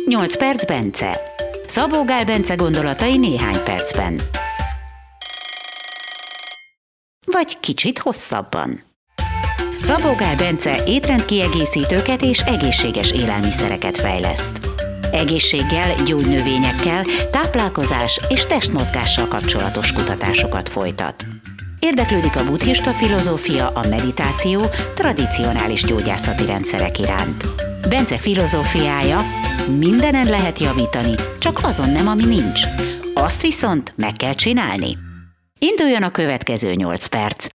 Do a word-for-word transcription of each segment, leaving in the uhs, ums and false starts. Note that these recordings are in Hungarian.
nyolc perc Bence. Szabó Gál Bence gondolatai néhány percben. Vagy kicsit hosszabban. Szabó Gál Bence étrendkiegészítőket és egészséges élelmiszereket fejleszt. Egészséggel, gyógynövényekkel, táplálkozás és testmozgással kapcsolatos kutatásokat folytat. Érdeklődik a buddhista filozófia, a meditáció, tradicionális gyógyászati rendszerek iránt. Bence filozófiája: mindenen lehet javítani, csak azon nem, ami nincs. Azt viszont meg kell csinálni. Induljon a következő nyolc perc.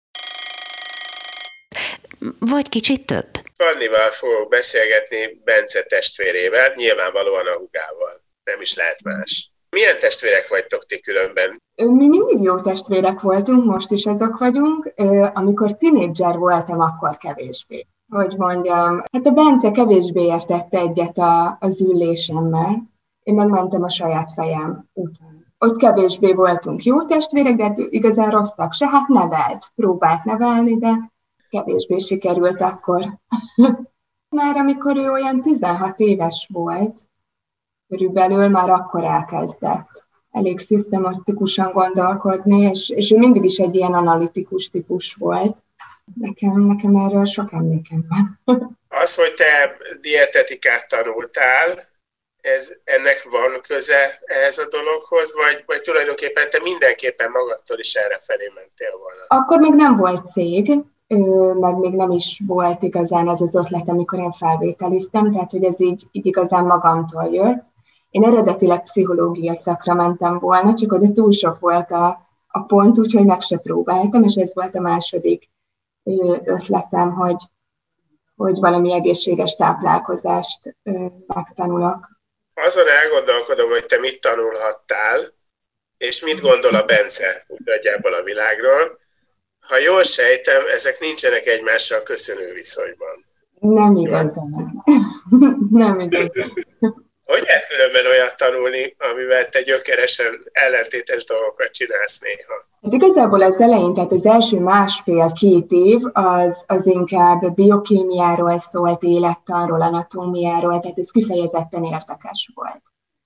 Vagy kicsit több. Fannival fogok beszélgetni, Bence testvérével, nyilvánvalóan a hugával. Nem is lehet más. Milyen testvérek vagytok ti különben? Mi mindig jó testvérek voltunk, most is azok vagyunk. Amikor tinédzser voltam, akkor kevésbé. Hogy mondjam, hát a Bence kevésbé értette egyet a, az ülésemmel. Én megmentem a saját fejem után. Ott kevésbé voltunk jó testvérek, de igazán rosszak se. Hát nevelt, próbált nevelni, de kevésbé sikerült akkor. Már amikor ő olyan tizenhat éves volt, körülbelül már akkor elkezdett elég szisztematikusan gondolkodni, és, és ő mindig is egy ilyen analitikus típus volt. Nekem, nekem erről sok emlékem van. Az, hogy te dietetikát tanultál, ez, ennek van köze ehhez a dologhoz, vagy, vagy tulajdonképpen te mindenképpen magadtól is errefelé mentél volna? Akkor még nem volt cég, meg még nem is volt igazán ez az ötlet, amikor én felvételiztem, tehát hogy ez így, így igazán magamtól jött. Én eredetileg pszichológia szakra mentem volna, csak oda túl sok volt a, a pont, úgyhogy meg se próbáltam, és ez volt a második ötletem, hogy, hogy valami egészséges táplálkozást megtanulok. Azon elgondolkodom, hogy te mit tanulhattál, és mit gondol a Bence úgy nagyjából a világról. Ha jól sejtem, ezek nincsenek egymással köszönő viszonyban. Nem igazán. Nem igazán. Hogy lehet különben olyat tanulni, amivel te gyökeresen ellentétes dolgokat csinálsz néha? Hát igazából az elején, tehát az első másfél-két év az, az inkább biokémiáról szólt, élettanról, anatómiáról, tehát ez kifejezetten érdekes volt.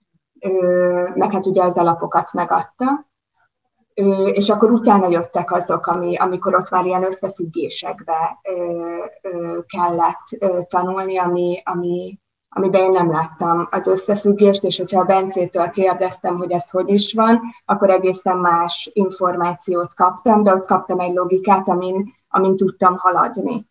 Ö, meg hát ugye az alapokat megadta, ö, és akkor utána jöttek azok, ami, amikor ott már ilyen összefüggésekbe ö, ö, kellett ö, tanulni, ami, ami amiben én nem láttam az összefüggést, és hogyha a Bencétől kérdeztem, hogy ez hogy is van, akkor egészen más információt kaptam, de ott kaptam egy logikát, amin, amin tudtam haladni.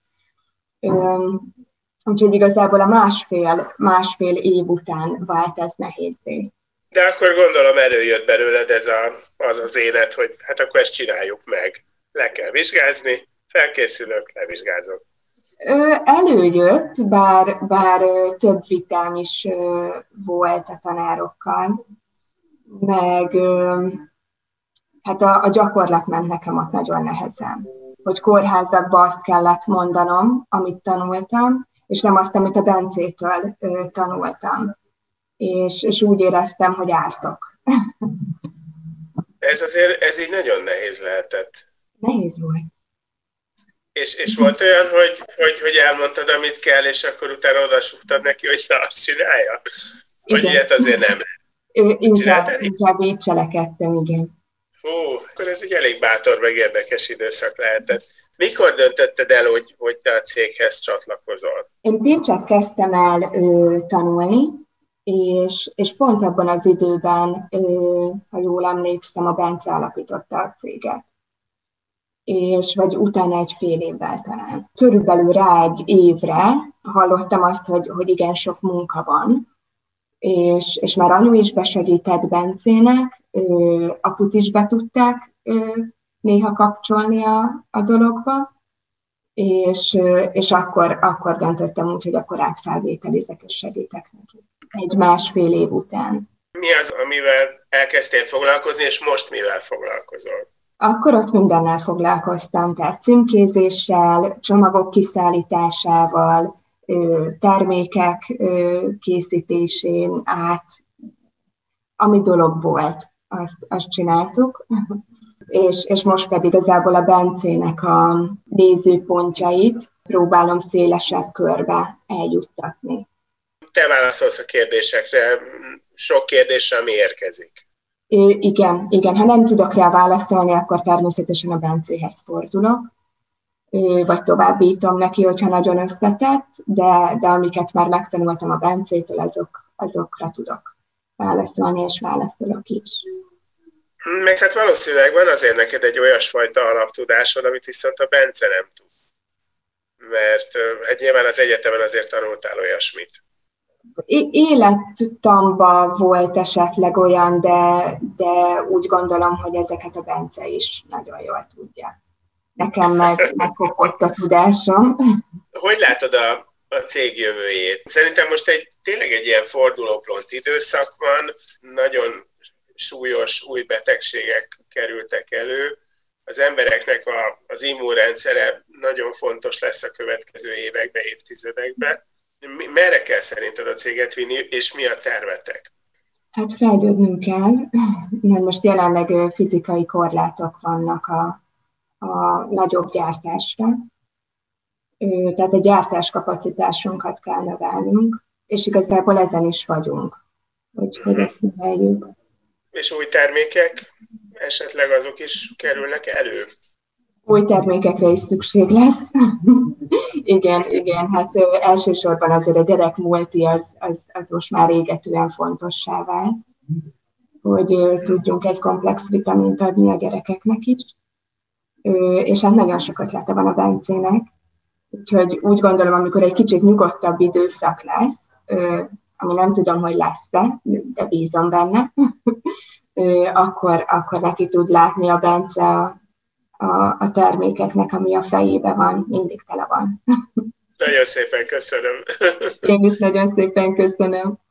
Úgyhogy igazából a másfél, másfél év után vált ez nehézzé. De akkor gondolom előjött belőled ez a, az az élet, hogy hát akkor ezt csináljuk meg. Le kell vizsgázni, felkészülök, levizsgázok. Előjött, bár, bár több vitám is volt a tanárokkal, meg hát a, a gyakorlat ment nekem ott nagyon nehezen. Hogy kórházakban azt kellett mondanom, amit tanultam, és nem azt, amit a Bencétől tanultam. És, és úgy éreztem, hogy ártok. Ez azért, ez így nagyon nehéz lehetett. Nehéz volt. És, és volt olyan, hogy, hogy, hogy elmondtad, amit kell, és akkor utána odasúgtad neki, hogy na, azt csinálja? Hogy igen. Ilyet azért nem lehet. Inkább, inkább így cselekedtem, igen. Hú, akkor ez egy elég bátor, meg érdekes időszak lehetett. Mikor döntötted el, hogy, hogy te a céghez csatlakozol? Én Pécsett kezdtem el ö, tanulni, és, és pont abban az időben, ö, ha jól emlékszem, a Bence alapította a céget. És vagy utána egy fél évvel talán. Körülbelül rá egy évre hallottam azt, hogy, hogy igen, sok munka van, és, és már anyu is besegített Bencének, ő, aput is be tudták ő, néha kapcsolni a, a dologba, és, és akkor, akkor döntöttem úgy, hogy akkor átfelvételizek és segítek neki. Egy másfél év után. Mi az, amivel elkezdtél foglalkozni, és most mivel foglalkozol? Akkor ott mindennel foglalkoztam, tehát címkézéssel, csomagok kiszállításával, termékek készítésén át, ami dolog volt, azt, azt csináltuk. És, és most pedig igazából a Bencének a nézőpontjait próbálom szélesebb körbe eljuttatni. te válaszolsz a kérdésekre, sok kérdés, ami érkezik. É, igen, igen, ha nem tudok rá válaszolni, akkor természetesen a Bencéhez fordulok, vagy továbbítom neki, hogyha nagyon összetett, de, de amiket már megtanultam a Bencétől, azok, azokra tudok válaszolni, és válaszolok is. Meg hát valószínűleg van azért neked egy olyasfajta alaptudásod, amit viszont a Bence nem tud. Mert hát nyilván az egyetemen azért tanultál olyasmit. Élettamba volt esetleg olyan, de, de úgy gondolom, hogy ezeket a Bence is nagyon jól tudja. Nekem meg megkopott a tudásom. Hogy látod a, a cég jövőjét? Szerintem most egy, tényleg egy ilyen fordulópont időszak van, nagyon súlyos új betegségek kerültek elő. Az embereknek a, az immunrendszere nagyon fontos lesz a következő években, évtizedekben. Merre kell szerinted a céget vinni, és mi a tervetek? Hát fejlődnünk kell, mert most jelenleg fizikai korlátok vannak a, a nagyobb gyártásra. Tehát a gyártáskapacitásunkat kell növelnünk, és igazából ezen is vagyunk, hogy, hogy ezt növeljük. És új termékek, esetleg azok is kerülnek elő? Új termékekre is szükség lesz. igen, igen, hát ö, elsősorban azért a gyerek multi az, az, az most már égetően fontossá vált, hogy ö, tudjunk egy komplex vitamint adni a gyerekeknek is. Ö, és hát nagyon sok ötlete van a Bencének, úgyhogy úgy gondolom, amikor egy kicsit nyugodtabb időszak lesz, ö, ami nem tudom, hogy lesz-e, de bízom benne, ö, akkor, akkor neki tud látni a Bence a A, a termékeknek, ami a fejében van, mindig tele van. Nagyon szépen köszönöm. Én is nagyon szépen köszönöm.